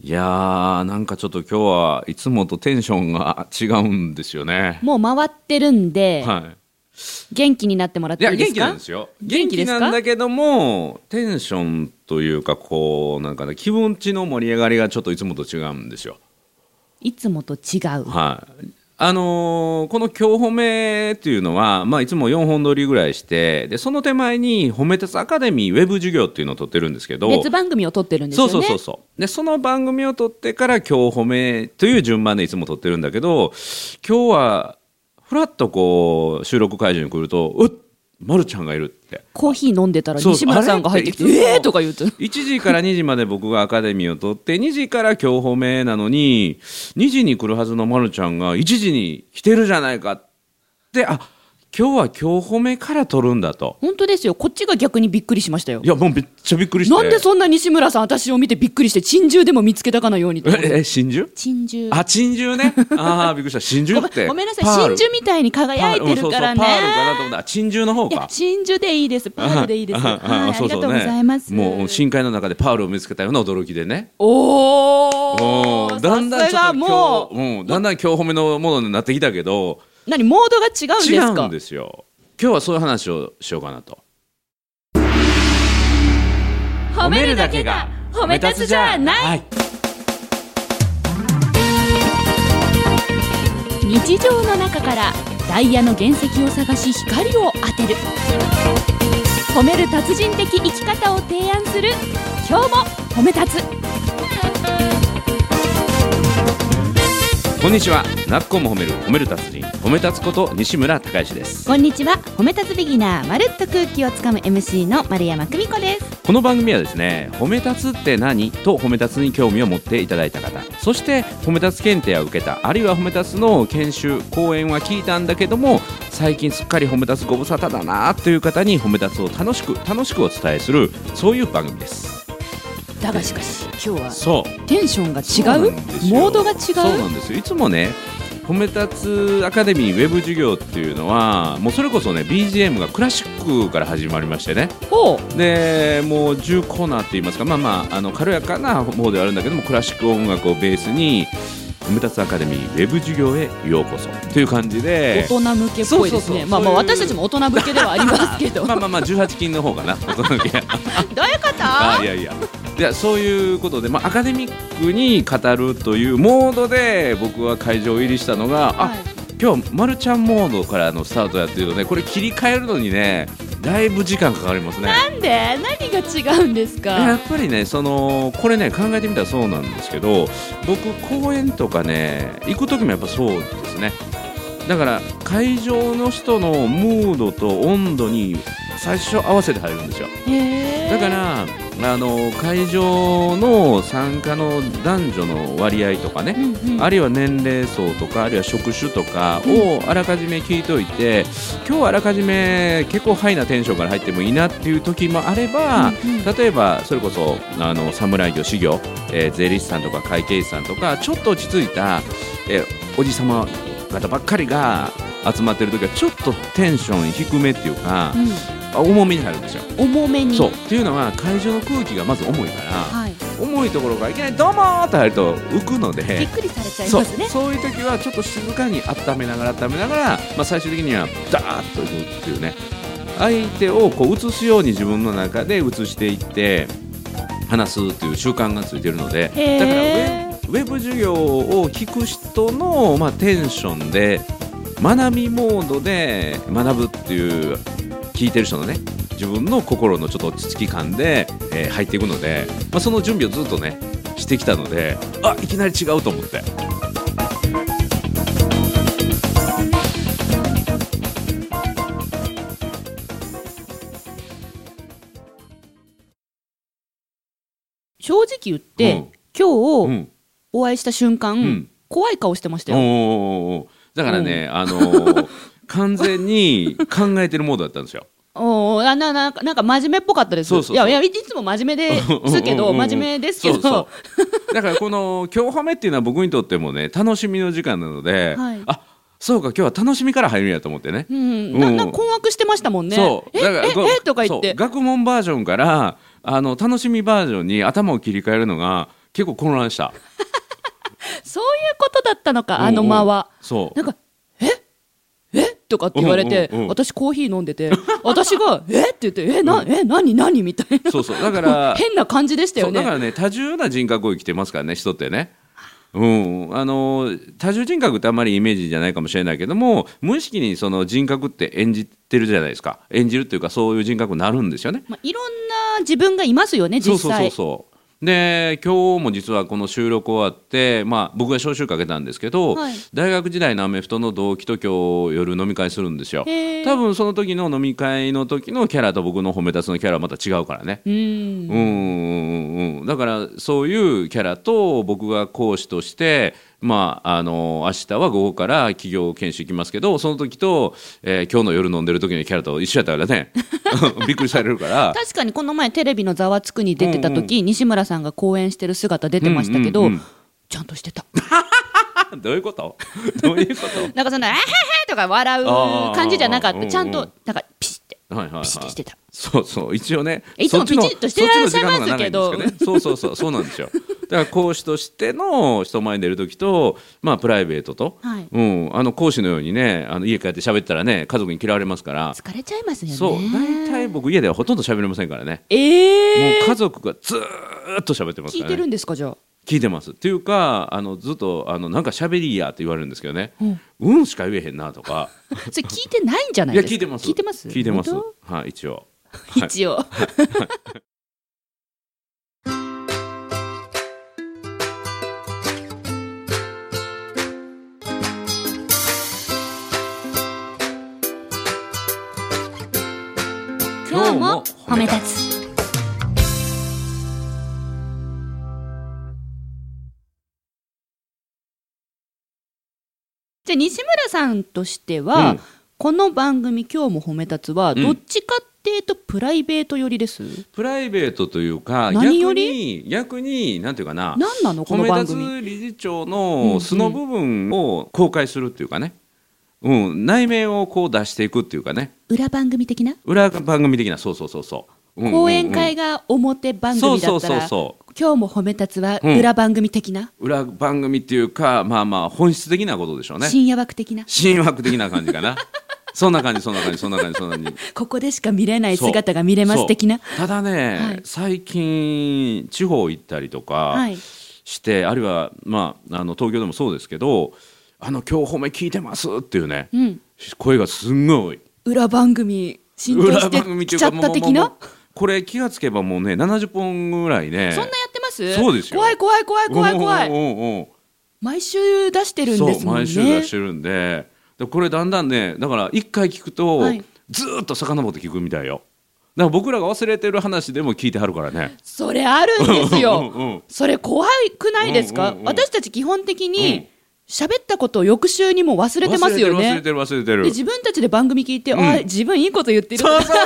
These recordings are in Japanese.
いやーなんかちょっと今日はいつもとテンションが違うんですよね。 もう回ってるんで、 はい、 元気になってもらっていいですか？ いや元気なんですよ。 元気ですか？ 元気なんだけどもテンションというかこうなんかね気分値の盛り上がりがちょっといつもと違うんですよ。 いつもと違う。 はい。この今日褒めっていうのは、いつも4本撮りぐらいしてでその手前に褒め立つアカデミーウェブ授業っていうのを撮ってるんですけど、 別番組を撮ってるんですよね。 そうでその番組を撮ってから今日褒めという順番でいつも撮ってるんだけど、今日はふらっとこう収録会場に来るとまるちゃんがいるってコーヒー飲んでたら西村さんが入ってきてとか言うと 1時から2時まで僕がアカデミーを取って2時から今日褒めなのに2時に来るはずのまるちゃんが1時に来てるじゃないかって、今日は今日褒めから撮るんだと。 本当ですよ。こっちが逆にびっくりしましたよ。 いやもうめっちゃびっくりして、 なんでそんな西村さん私を見てびっくりして珍獣でも見つけたかのようにと。 真珠？ 珍獣。 珍獣ね。びっくりした。真珠ってごめんなさい、真珠みたいに輝いてるからね。 パールかなと思った。珍獣の方か。 いや真珠でいいです。パールでいいです。ありがとうございます。 もう深海の中でパールを見つけたような驚きでね。 おー、 だんだんちょっともう、 だんだん今日褒めのものになってきたけど、 何モードが違うんですか？ 違うんですよ。今日はそういう話をしようかなと。 褒めるだけが褒め立つじゃない、日常の中からダイヤの原石を探し光を当てる、褒める達人的生き方を提案する今日も褒め立つ。 こんにちは。なっこも褒める達人褒め立つこと西村孝之です。 こんにちは。褒め立つビギナーまるっと空気をつかむ MC の丸山久美子です。 この番組はですね、褒め立つって何と褒め立つに興味を持っていただいた方、そして褒め立つ検定を受けた、あるいは褒め立つの研修講演は聞いたんだけども最近すっかり褒め立つご無沙汰だなという方に褒め立つを楽しくお伝えする、そういう番組です。 だがしかし今日はそうテンションが違う、モードが違う。 そうなんですよ。いつもね褒め立つアカデミーウェブ授業っていうのはもうそれこそね BGM がクラシックから始まりましてね。でもう10コーナーって言いますか、軽やかな方ではあるんだけどもクラシック音楽をベースに褒め立つアカデミーウェブ授業へようこそという感じで、 大人向けっぽいですね。私たちも大人向けではありますけど 18禁の方かな大人向けどういうこと？ いやそういうことで、アカデミックに語るというモードで僕は会場入りしたのが、今日まるちゃんモードからのスタートやっていうとね、これ切り替えるのにねだいぶ時間かかりますね。 なんで？何が違うんですか？ やっぱりねこれね考えてみたらそうなんですけど、僕公演とかね行く時もやっぱそうですね。だから会場の人のムードと温度に最初合わせて入るんですよ。だから会場の参加の男女の割合とかね、あるいは年齢層とかあるいは職種とかをあらかじめ聞いておいて、今日はあらかじめ結構ハイなテンションから入ってもいいなっていう時もあれば、例えばそれこそ侍業事業、税理士さんとか会計士さんとかちょっと落ち着いた、おじさま方ばっかりが集まってる時はちょっとテンション低めっていうか、重めに入るんですよ。 重めに。 そうっていうのは会場の空気がまず重いから、重いところからいきなりどうもーって入ると浮くのでびっくりされちゃいますね。 そういう時はちょっと静かに温めながら、最終的にはダーッといくっていうね、相手をこう映すように自分の中で映していって話すっていう習慣がついてるので、だからウェブ授業を聞く人の、テンションで学びモードで学ぶっていう聞いてる人のね自分の心のちょっと落ち着き感で、入っていくので、その準備をずっとねしてきたので、いきなり違うと思って。 正直言って、今日、お会いした瞬間、怖い顔してましたよ。 だからね、完全に考えてるモードだったんですよ。 なんか真面目っぽかったです。いつも真面目ですけど、真面目ですけどだからこの今日褒めっていうのは僕にとってもね楽しみの時間なので、そうか今日は楽しみから入るんやと思ってね、 なんか困惑してましたもんね。だからとか言って学問バージョンから楽しみバージョンに頭を切り替えるのが結構混乱した。 そういうことだったのか、あの間は。 そうなんかえとかって言われて、私コーヒー飲んでて、私がって言って、何みたいな。 そうだから変な感じでしたよね。 だからね、多重な人格を生きてますからね、人ってね。多重人格ってあんまりイメージじゃないかもしれないけども、無意識にその人格って演じてるじゃないですか。演じるっていうか、そういう人格になるんですよね。 いろんな自分がいますよね、実際。 そうで、今日も実はこの収録終わって、僕が招集かけたんですけど、 はい、 大学時代のアメフトの同期と今日夜飲み会するんですよ。多分その時の飲み会の時のキャラと僕の褒め立つのキャラはまた違うからね。だからそういうキャラと僕が講師として、明日は午後から企業研修行きますけど、その時と、今日の夜飲んでる時のキャラと一緒やったからねびっくりされるから。 確かにこの前テレビのざわつくに出てた時、西村さんが講演してる姿出てましたけど、ちゃんとしてたどういうことなんかそのとか笑う感じじゃなかった。ちゃんとなんかピシッてピシッてしてた。 そう一応ね、 いつもピチッとしてらっしゃいますけど、 そうなんですよ。だから講師としての人前に出る時と、プライベートと、講師のようにね、家帰って喋ったらね、家族に嫌われますから疲れちゃいますよね。 そう大体僕家ではほとんど喋れませんからね。もう家族がずーっと喋ってますからね。 聞いてるんですか？じゃあ聞いてますっていうか、ずっとなんか喋りやって言われるんですけどね、しか言えへんなとかそれ聞いてないんじゃないですか？ いや聞いてますはい、一応今日も褒め立つ。じゃあ西村さんとしては、この番組今日も褒め立つはどっちかっていうとプライベート寄りです？ プライベートというか、 何より逆になんていうかな、 何なのこの番組。 褒め立つ理事長の素の部分を公開するっていうかね、内面をこう出していくっていうかね、 裏番組的なそう講演会が表番組だったら、今日も褒め立つは裏番組的な、 裏番組っていうか、本質的なことでしょうね。 深夜枠的な感じかなそんな感じここでしか見れない姿が見れます的な。 ただね、最近地方行ったりとかして、あるいは、東京でもそうですけど、今日褒め聞いてますっていうね、声がすんごい裏番組浸透してきちゃった的な。 これ気がつけばもうね70本ぐらいね。 そんなやってます？ そうですよ。 怖い毎週出してるんですもんね。 毎週出してるんで、これだんだんね、だから一回聞くと、ずーっと遡って聞くみたいよ。だから僕らが忘れてる話でも聞いてはるからね。 それあるんですよそれ怖くないですか？私たち基本的に喋ったことを翌週にも忘れてますよね。 忘れてる。 で自分たちで番組聞いて、自分いいこと言ってる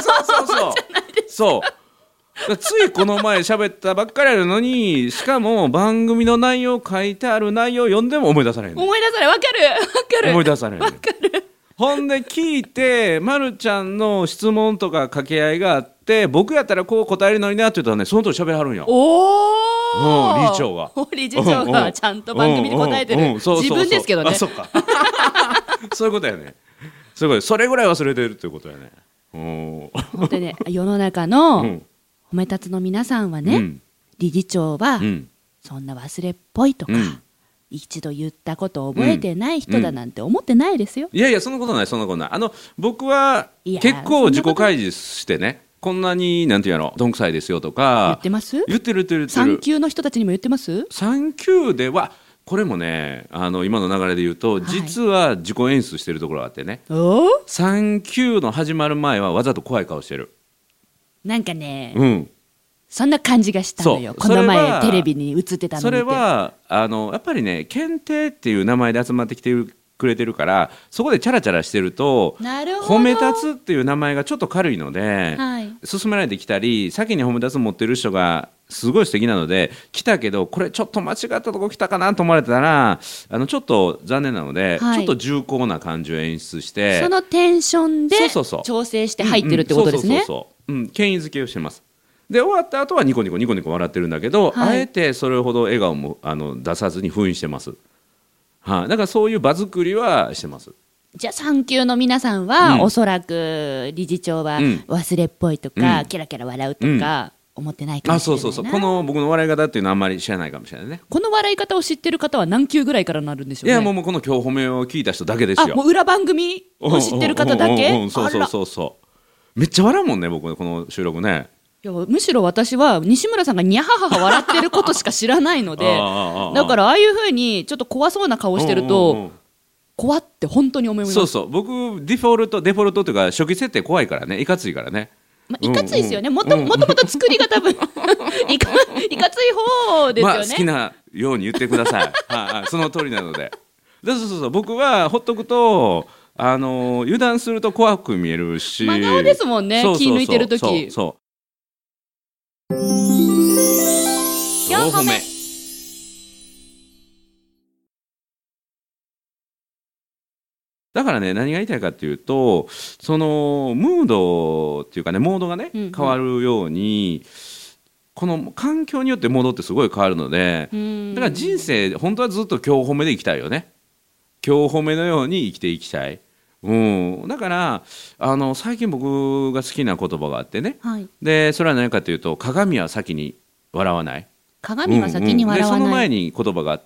そうついこの前喋ったばっかりあるのに、しかも番組の内容書いてある内容読んでも思い出されへん。 わかる思い出されへん。ほんで聞いて、まるちゃんの質問とか掛け合いがあって、僕やったらこう答えるのになって言ったらね、その通り喋らはるんよ。理事長がちゃんと番組に答えてる。自分ですけどね。 そうかそういうことやね。それぐらい忘れてるっていうことやね。 本当にね、世の中の褒め立つの皆さんはね、理事長はそんな忘れっぽいとか、一度言ったことを覚えてない人だなんて思ってないですよ。 いやそんなことない。僕は結構自己開示してね、こんなになんていうの、どんくさいですよとか言ってます？ 言ってる。 産休の人たちにも言ってます？ 産休ではこれもね、今の流れで言うと、実は自己演出してるところがあってね、産休の始まる前はわざと怖い顔してる。 なんかね、そんな感じがしたのよ。この前テレビに映ってたの見て。 それはやっぱりね、検定っていう名前で集まってきてくれてるから、そこでチャラチャラしてると、褒め立つっていう名前がちょっと軽いので、進められてきたり、先に褒め立つ持ってる人がすごい素敵なので来たけど、これちょっと間違ったとこ来たかなと思われたらちょっと残念なので、ちょっと重厚な感じを演出して、 そのテンションで調整して入ってるってことですね。 権威づけをしてます。 で終わった後はニコニコニコニコ笑ってるんだけど、 はい、 あえてそれほど笑顔も出さずに封印してます。だからそういう場作りはしてます。 じゃあ産休の皆さんは、おそらく理事長は忘れっぽいとか、キラキラ笑うとか、思ってないかもしれないな。 そうこの僕の笑い方っていうのはあんまり知らないかもしれないね。 この笑い方を知ってる方は何級ぐらいからなるんでしょうね。 いやもうこの今日褒めを聞いた人だけですよ。 もう裏番組を知ってる方だけ。 そうめっちゃ笑うもんね、僕この収録ね。 いやむしろ私は西村さんがニャハハ笑ってることしか知らないのでだからああいう風にちょっと怖そうな顔してると怖って本当に思います。 そう僕デフォルトというか初期設定怖いからね、いかついからね。 いかついですよね、もともと作りが多分いかつい方ですよね。 好きなように言ってくださいその通りなので。そう僕はほっとくと油断すると怖く見えるし、 真顔ですもんね。気抜いてる時。4歩目。 だからね、何が言いたいかっていうと、そのムードっていうかね、モードがね、変わるように、この環境によってモードってすごい変わるので、だから人生本当はずっと今日褒めで生きたいよね。今日褒めのように生きていきたい。だから最近僕が好きな言葉があってね、でそれは何かというと、鏡は先に笑わない。 鏡は先に笑わない。 でその前に言葉があって、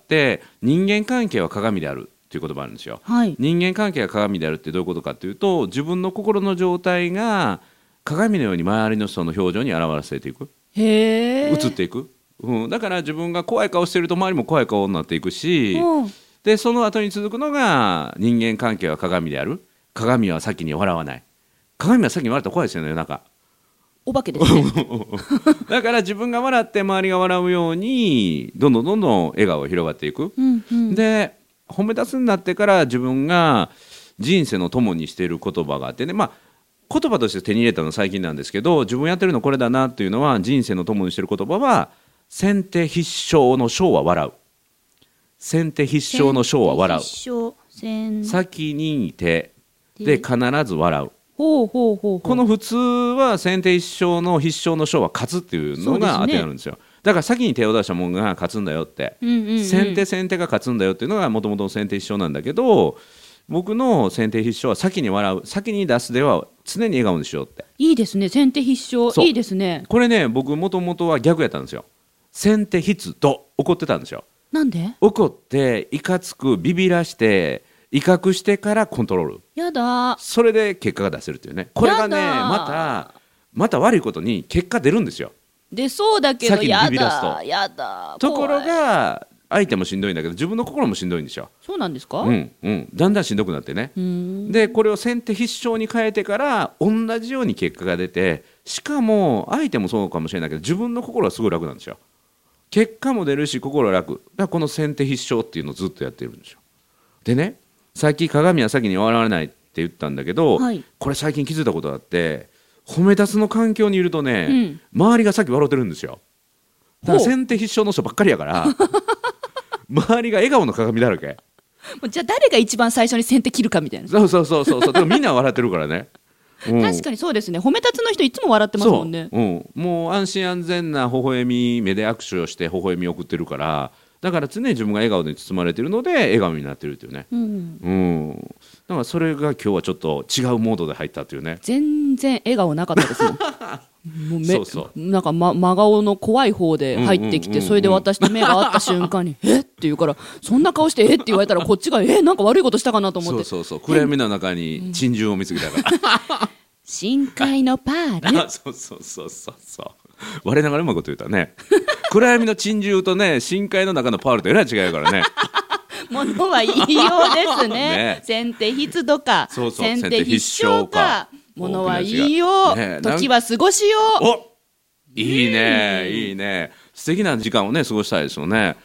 人間関係は鏡であるっていう言葉があるんですよ。人間関係が鏡であるってどういうことかというと、自分の心の状態が鏡のように周りの人の表情に現れていく、映っていく、だから自分が怖い顔してると周りも怖い顔になっていくし、でその後に続くのが、人間関係は鏡である、鏡は先に笑わない。鏡は先に笑ったら怖いですよね、夜中。 お化けですねだから自分が笑って周りが笑うようにどんどん笑顔が広がっていく、で褒め立つになってから自分が人生の友にしている言葉があってね、言葉として手に入れたのは最近なんですけど、自分やってるのこれだなっていうのは、人生の友にしている言葉は、先手必勝の勝は笑う。先手必勝の勝は笑う。先にいてで必ず笑う。この普通は先手必勝の勝は勝つっていうのが当てになるんですよ。だから先に手を出したものが勝つんだよって、先手が勝つんだよっていうのがもともと先手必勝なんだけど、僕の先手必勝は先に笑う、先に出すでは常に笑顔にしようって。 いいですね、先手必勝。いいですね。 これね、僕もともとは逆やったんですよ。先手必と怒ってたんですよ。 なんで？ 怒っていかつくビビらして威嚇してからコントロール。 やだ。 それで結果が出せるっていうね。これがね、また悪いことに結果出るんですよ。 出そうだけど、 先にビビらすと。 やだ。 ところが相手もしんどいんだけど、自分の心もしんどいんですよ。 そうなんですか？ だんだんしんどくなってね。でこれを先手必勝に変えてから同じように結果が出て、しかも相手もそうかもしれないけど、自分の心はすごい楽なんですよ。結果も出るし心は楽だから、この先手必勝っていうのをずっとやってるんですよ。でね、さっき鏡は先に笑わないって言ったんだけど、これ最近気づいたことがあって、褒め立つの環境にいるとね、周りが先笑ってるんですよ。だから先手必勝の人ばっかりやから周りが笑顔の鏡だらけ。 じゃあ誰が一番最初に先手切るかみたいな。 そうでもみんな笑ってるからね確かにそうですね。褒め立つの人いつも笑ってますもんね。 もう安心安全な微笑み、目で握手をして微笑みを送ってるから、だから常に自分が笑顔で包まれてるので笑顔になってるっていうね。だからそれが今日はちょっと違うモードで入ったっていうね。 全然笑顔なかったですもんもうなんか、真顔の怖い方で入ってきて、それで私と目が合った瞬間にえって言うから、そんな顔してえって言われたらこっちがなんか悪いことしたかなと思って、 暗闇の中に珍獣を見つけたから深海のパールそう我ながらうまいこと言ったね暗闇の珍獣とね、深海の中のパールとえらい違いやからねものは言いようですね先手必度か先手必勝か、ものは言いよう、時は過ごしよう。 いいね素敵な時間をね過ごしたいですよね。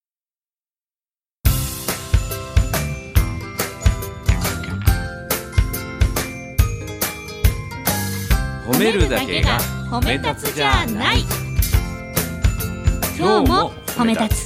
褒めるだけが褒め立つじゃない。 今日も褒め立つ。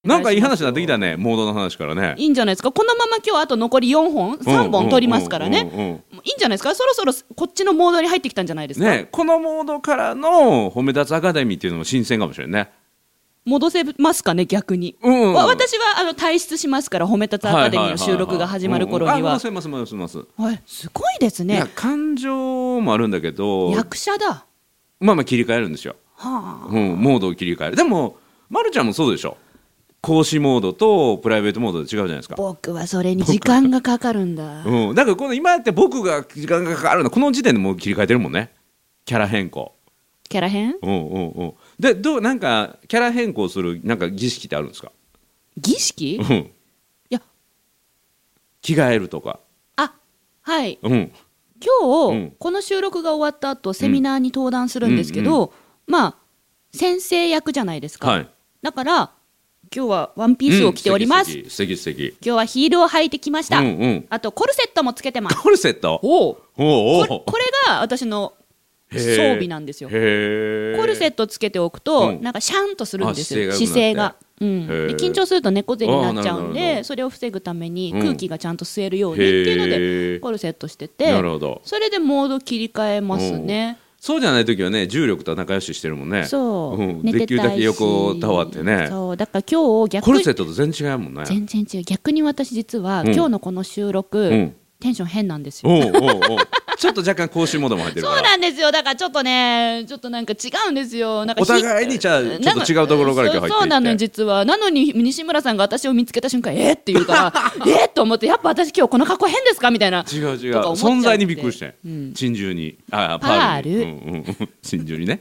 なんかいい話になってきたね、モードの話からね。 いいんじゃないですか。このまま今日あと残り4本3本取りますからね、いいんじゃないですか。そろそろこっちのモードに入ってきたんじゃないですか、 ね、このモードからの褒め立つアカデミーっていうのも新鮮かもしれんね。 戻せますかね逆に、私は退出しますから、褒め立つアカデミーの収録が始まる頃には。 戻せます戻せます。 すごいですね。 いや感情もあるんだけど、 役者だ。 まあ切り替えるんですよ、モードを切り替える。でもまるちゃんもそうでしょ。講師モードとプライベートモードで違うじゃないですか。 僕はそれに時間がかかるんだ、 だからこの今やって僕が時間がかかるのこの時点でもう切り替えてるもんね。キャラ変更、 キャラ変、 でなんかキャラ変更するなんか儀式ってあるんですか。 儀式、いや着替えるとか。 はい、今日、この収録が終わった後セミナーに登壇するんですけど、まあ先生役じゃないですか、だから今日はワンピースを着ております、 素敵素敵。 今日はヒールを履いてきました、あとコルセットもつけてます。 コルセット、 これが私の装備なんですよ。コルセットつけておくと、なんかシャンとするんですよ、姿勢が。で緊張すると猫背になっちゃうんで、それを防ぐために空気がちゃんと吸えるようにっていうのでコルセットしてて、それでモード切り替えますね。 そうじゃない時はね、重力と仲良ししてるもんね。 そう、 できるだけ横たわってね。 そうだから今日逆にコルセットと全然違うもんね。 全然違う。逆に私実は、今日のこの収録、テンション変なんですよ。 ちょっと若干講習モードも入ってるから。 そうなんですよ。だからちょっとね、ちょっとなんか違うんですよ。なんかお互いにじゃあちょっと違うところから今日入っていって。 そうなのよ実は。なのに西村さんが私を見つけた瞬間って言うからと思って、やっぱ私今日この格好変ですかみたいな。 違う存在にびっくりして、珍獣にパール珍獣にね。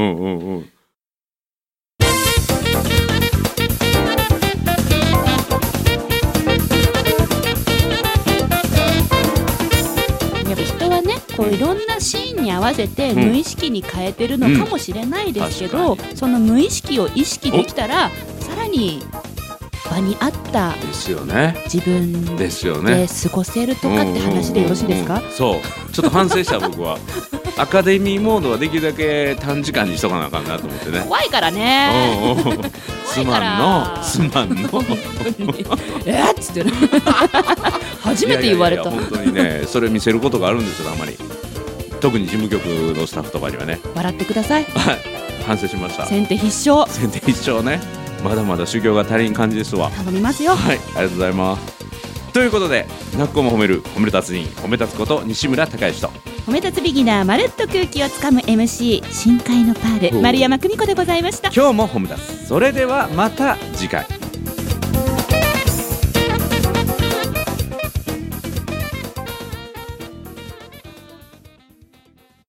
こういろんなシーンに合わせて無意識に変えてるのかもしれないですけど、その無意識を意識できたらさらに場に合った自分で過ごせるとかって話でよろしいですか。 そうちょっと反省した僕はアカデミーモードはできるだけ短時間にしとかなあかんなと思ってね。 怖いからね。 すまんのっつって初めて言われた。 本当にね、それ見せることがあるんですよ、あまり。特に事務局のスタッフとかにはね。 笑ってください。 反省しました。 先手必勝。 先手必勝ね。まだまだ修行が足りん感じですわ。 頼みますよ。 はい、ありがとうございます。ということで、なっこも褒める褒め立つ人、褒め立つこと西村孝之と褒め立つビギナーまるっと空気をつかむ MC 深海のパール丸山久美子でございました。 今日も褒め立つ。それではまた次回。